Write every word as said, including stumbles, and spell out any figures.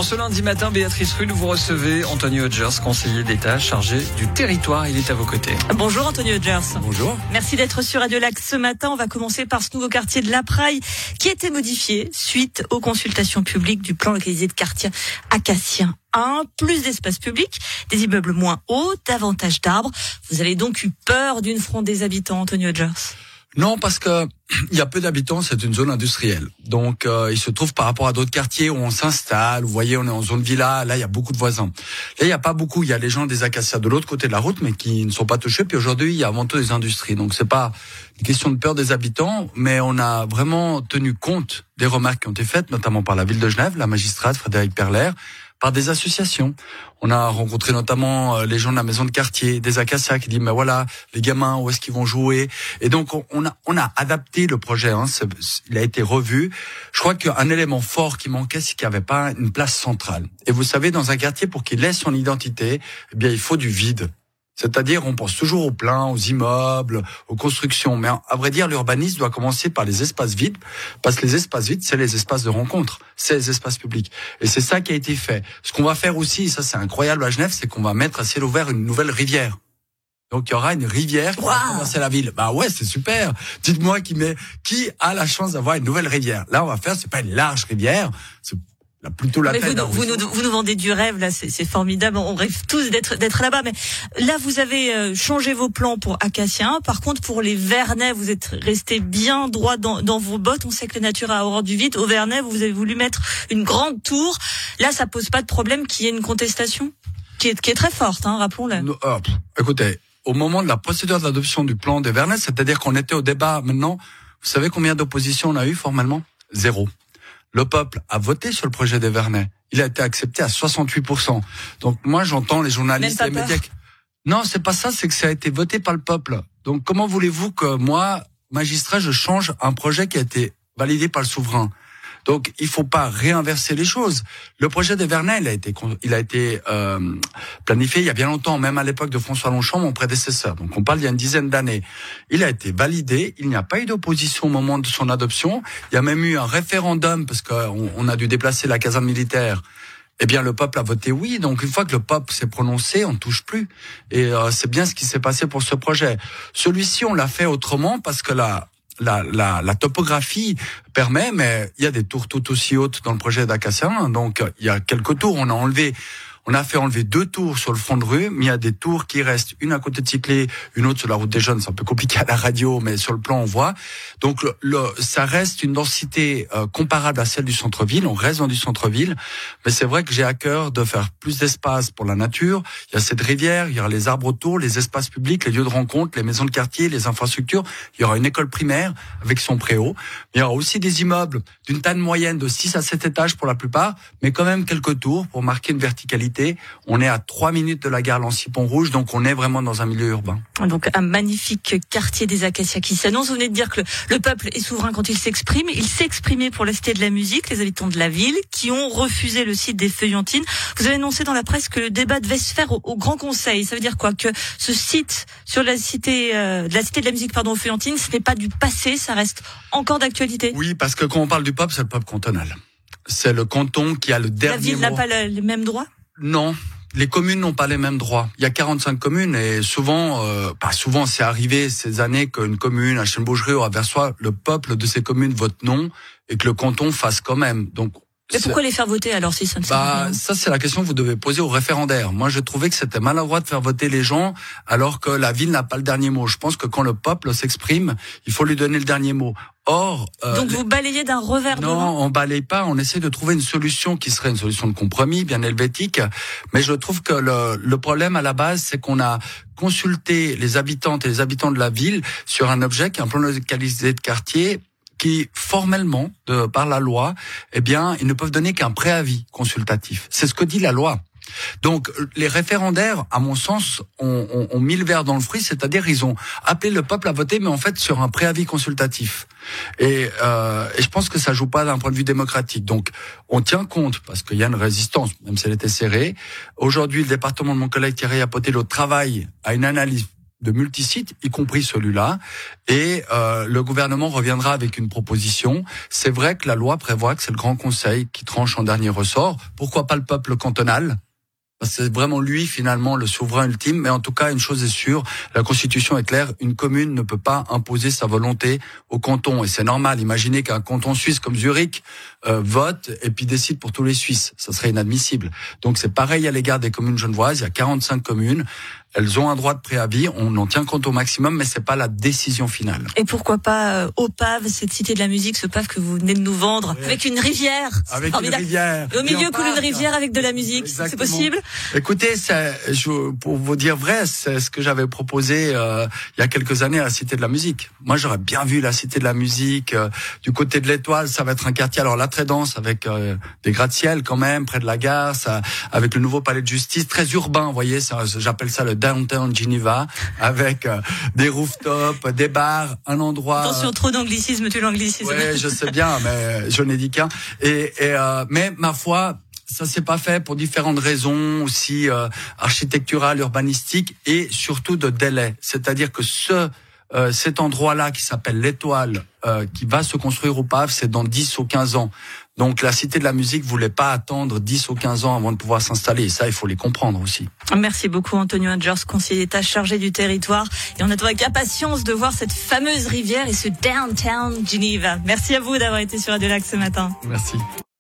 En ce lundi matin, Béatrice Rulle, vous recevez Anthony Hodgers, conseiller d'État chargé du territoire. Il est à vos côtés. Bonjour Anthony Hodgers. Bonjour. Merci d'être sur Radio Lac ce matin. On va commencer par ce nouveau quartier de La Praille qui a été modifié suite aux consultations publiques du plan localisé de quartier Acaciens un. Plus d'espace public, des immeubles moins hauts, davantage d'arbres. Vous avez donc eu peur d'une fronde des habitants, Anthony Hodgers? Non, parce que il y a peu d'habitants, c'est une zone industrielle. Donc, euh, il se trouve par rapport à d'autres quartiers où on s'installe. Vous voyez, on est en zone villa. Là, il y a beaucoup de voisins. Là, il y a pas beaucoup. Il y a les gens des Acacias de l'autre côté de la route, mais qui ne sont pas touchés. Puis aujourd'hui, il y a avant tout des industries. Donc, c'est pas une question de peur des habitants, mais on a vraiment tenu compte des remarques qui ont été faites, notamment par la ville de Genève, la magistrate Frédéric Perler, par des associations. On a rencontré notamment les gens de la maison de quartier, des Acacias qui disent mais voilà, les gamins, où est-ce qu'ils vont jouer? Et donc on a on a adapté le projet, hein, il a été revu. Je crois qu'un élément fort qui manquait, c'est qu'il n'y avait pas une place centrale. Et vous savez, dans un quartier, pour qu'il ait son identité, eh bien il faut du vide. C'est-à-dire, on pense toujours au plein, aux immeubles, aux constructions. Mais à vrai dire, l'urbanisme doit commencer par les espaces vides, parce que les espaces vides, c'est les espaces de rencontre, c'est les espaces publics. Et c'est ça qui a été fait. Ce qu'on va faire aussi, ça c'est incroyable à Genève, c'est qu'on va mettre à ciel ouvert une nouvelle rivière. Donc il y aura une rivière qui wow. va traverser la ville. Bah ouais, c'est super. Dites-moi qui met, qui a la chance d'avoir une nouvelle rivière. Là, on va faire, c'est pas une large rivière, c'est Là, plutôt la mais taille vous, vous, nous, vous nous vendez du rêve, là, c'est, c'est formidable. On rêve tous d'être, d'être là-bas. Mais là, vous avez changé vos plans pour Acaciens. Par contre, pour les Vernets, vous êtes resté bien droit dans, dans vos bottes. On sait que la nature a horreur du vide. Au Vernet, vous avez voulu mettre une grande tour. Là, ça pose pas de problème qu'il y ait une contestation qui est, qui est très forte, hein, rappelons-le. Non, euh, écoutez, au moment de la procédure d'adoption du plan des Vernets, c'est-à-dire qu'on était au débat maintenant, vous savez combien d'oppositions on a eu formellement? Zéro. Le peuple a voté sur le projet des Vernets. Il a été accepté à soixante-huit pour cent. Donc moi, j'entends les journalistes et les médias. Non, c'est pas ça, c'est que ça a été voté par le peuple. Donc comment voulez-vous que moi, magistrat, je change un projet qui a été validé par le souverain? Donc il faut pas réinverser les choses. Le projet des Vernets, il a été, il a été euh, planifié il y a bien longtemps, même à l'époque de François Longchamp, mon prédécesseur. Donc on parle il y a une dizaine d'années. Il a été validé. Il n'y a pas eu d'opposition au moment de son adoption. Il y a même eu un référendum parce qu'on on a dû déplacer la caserne militaire. Eh bien, le peuple a voté oui. Donc, une fois que le peuple s'est prononcé, on ne touche plus. Et euh, c'est bien ce qui s'est passé pour ce projet. Celui-ci, on l'a fait autrement parce que la La, la, la topographie permet, mais il y a des tours tout aussi hautes dans le projet d'Acaciens. Donc, il y a quelques tours. On a enlevé, on a fait enlever deux tours sur le front de rue, mais il y a des tours qui restent, une à côté de Ticlé, une autre sur la route des Jeunes. C'est un peu compliqué à la radio, mais sur le plan, on voit. Donc, le, le, ça reste une densité euh, comparable à celle du centre-ville. On reste dans du centre-ville, mais c'est vrai que j'ai à cœur de faire plus d'espace pour la nature. Il y a cette rivière, il y aura les arbres autour, les espaces publics, les lieux de rencontre, les maisons de quartier, les infrastructures. Il y aura une école primaire avec son préau. Il y aura aussi des immeubles d'une taille moyenne de six à sept étages pour la plupart, mais quand même quelques tours pour marquer une verticalité. On est à trois minutes de la gare Lancy-Pont-Rouge, donc on est vraiment dans un milieu urbain. Donc un magnifique quartier des Acacias qui s'annonce. Vous venez de dire que le, le peuple est souverain quand il s'exprime. Il s'est exprimé pour la Cité de la Musique, les habitants de la ville, qui ont refusé le site des Feuillantines. Vous avez annoncé dans la presse que le débat devait se faire au, au Grand Conseil. Ça veut dire quoi? Que ce site sur la Cité, euh, de la Cité de la Musique, pardon, aux Feuillantines, ce n'est pas du passé, ça reste encore d'actualité? Oui, parce que quand on parle du peuple, c'est le peuple cantonal. C'est le canton qui a le dernier mot. La ville n'a pas le, les mêmes droits? Non, les communes n'ont pas les mêmes droits. Il y a quarante-cinq communes et souvent, euh, pas souvent, c'est arrivé ces années qu'une commune, à Chêne-Beaugerie ou à Versoix, le peuple de ces communes vote non et que le canton fasse quand même. Donc, mais pourquoi les faire voter alors si ça ne sert à bah, rien? Ça, c'est la question que vous devez poser aux référendaires. Moi, je trouvais que c'était maladroit de faire voter les gens alors que la ville n'a pas le dernier mot. Je pense que quand le peuple s'exprime, il faut lui donner le dernier mot. Or, euh, donc vous balayez d'un revers de main? Non, on balaye pas. On essaie de trouver une solution qui serait une solution de compromis, bien helvétique. Mais je trouve que le, le problème à la base, c'est qu'on a consulté les habitantes et les habitants de la ville sur un objet qui est un plan localisé de quartier, qui formellement, de, par la loi, eh bien, ils ne peuvent donner qu'un préavis consultatif. C'est ce que dit la loi. Donc, les référendaires, à mon sens, ont, ont, ont mis le verre dans le fruit, c'est-à-dire ils ont appelé le peuple à voter, mais en fait sur un préavis consultatif. Et, euh, et je pense que ça joue pas d'un point de vue démocratique. Donc, on tient compte, parce qu'il y a une résistance, même si elle était serrée. Aujourd'hui, le département de mon collègue Thierry Apotello travaille à une analyse de multisites, y compris celui-là, et euh, le gouvernement reviendra avec une proposition. C'est vrai que la loi prévoit que c'est le Grand Conseil qui tranche en dernier ressort. Pourquoi pas le peuple cantonal ? C'est vraiment lui, finalement, le souverain ultime. Mais en tout cas, une chose est sûre, la Constitution est claire, une commune ne peut pas imposer sa volonté au canton. Et c'est normal, imaginez qu'un canton suisse comme Zurich euh, vote et puis décide pour tous les Suisses. Ça serait inadmissible. Donc c'est pareil à l'égard des communes genevoises. Il y a quarante-cinq communes. Elles ont un droit de préavis, on en tient compte au maximum, mais c'est pas la décision finale. Et pourquoi pas euh, au Pave, cette cité de la musique, ce Pave que vous venez de nous vendre, ouais. avec une rivière. Avec une rivière. Au milieu coule une rivière avec de la musique, exactement. C'est possible ? Écoutez, c'est, je, pour vous dire vrai, c'est ce que j'avais proposé euh, il y a quelques années à la Cité de la Musique. Moi, j'aurais bien vu la Cité de la Musique euh, du côté de l'Étoile. Ça va être un quartier, alors là, très dense, avec euh, des gratte-ciel quand même, près de la gare, ça, avec le nouveau palais de justice, très urbain, vous voyez, ça, j'appelle ça le downtown Geneva, avec euh, des rooftops, des bars, un endroit... Attention, trop d'anglicisme, tu l'anglicisme. Oui, je sais bien, mais je n'ai dit qu'un. Et, et euh, mais ma foi, ça s'est pas fait pour différentes raisons, aussi euh, architecturales, urbanistiques, et surtout de délai. C'est-à-dire que ce euh, cet endroit-là qui s'appelle l'Étoile, euh, qui va se construire au Pave, c'est dans dix ou quinze ans. Donc la Cité de la Musique voulait pas attendre dix ou quinze ans avant de pouvoir s'installer. Et ça, il faut les comprendre aussi. Merci beaucoup Antonio Hadjers, conseiller d'État chargé du territoire. Et on attend avec impatience de voir cette fameuse rivière et ce downtown Geneva. Merci à vous d'avoir été sur Radio Lac ce matin. Merci.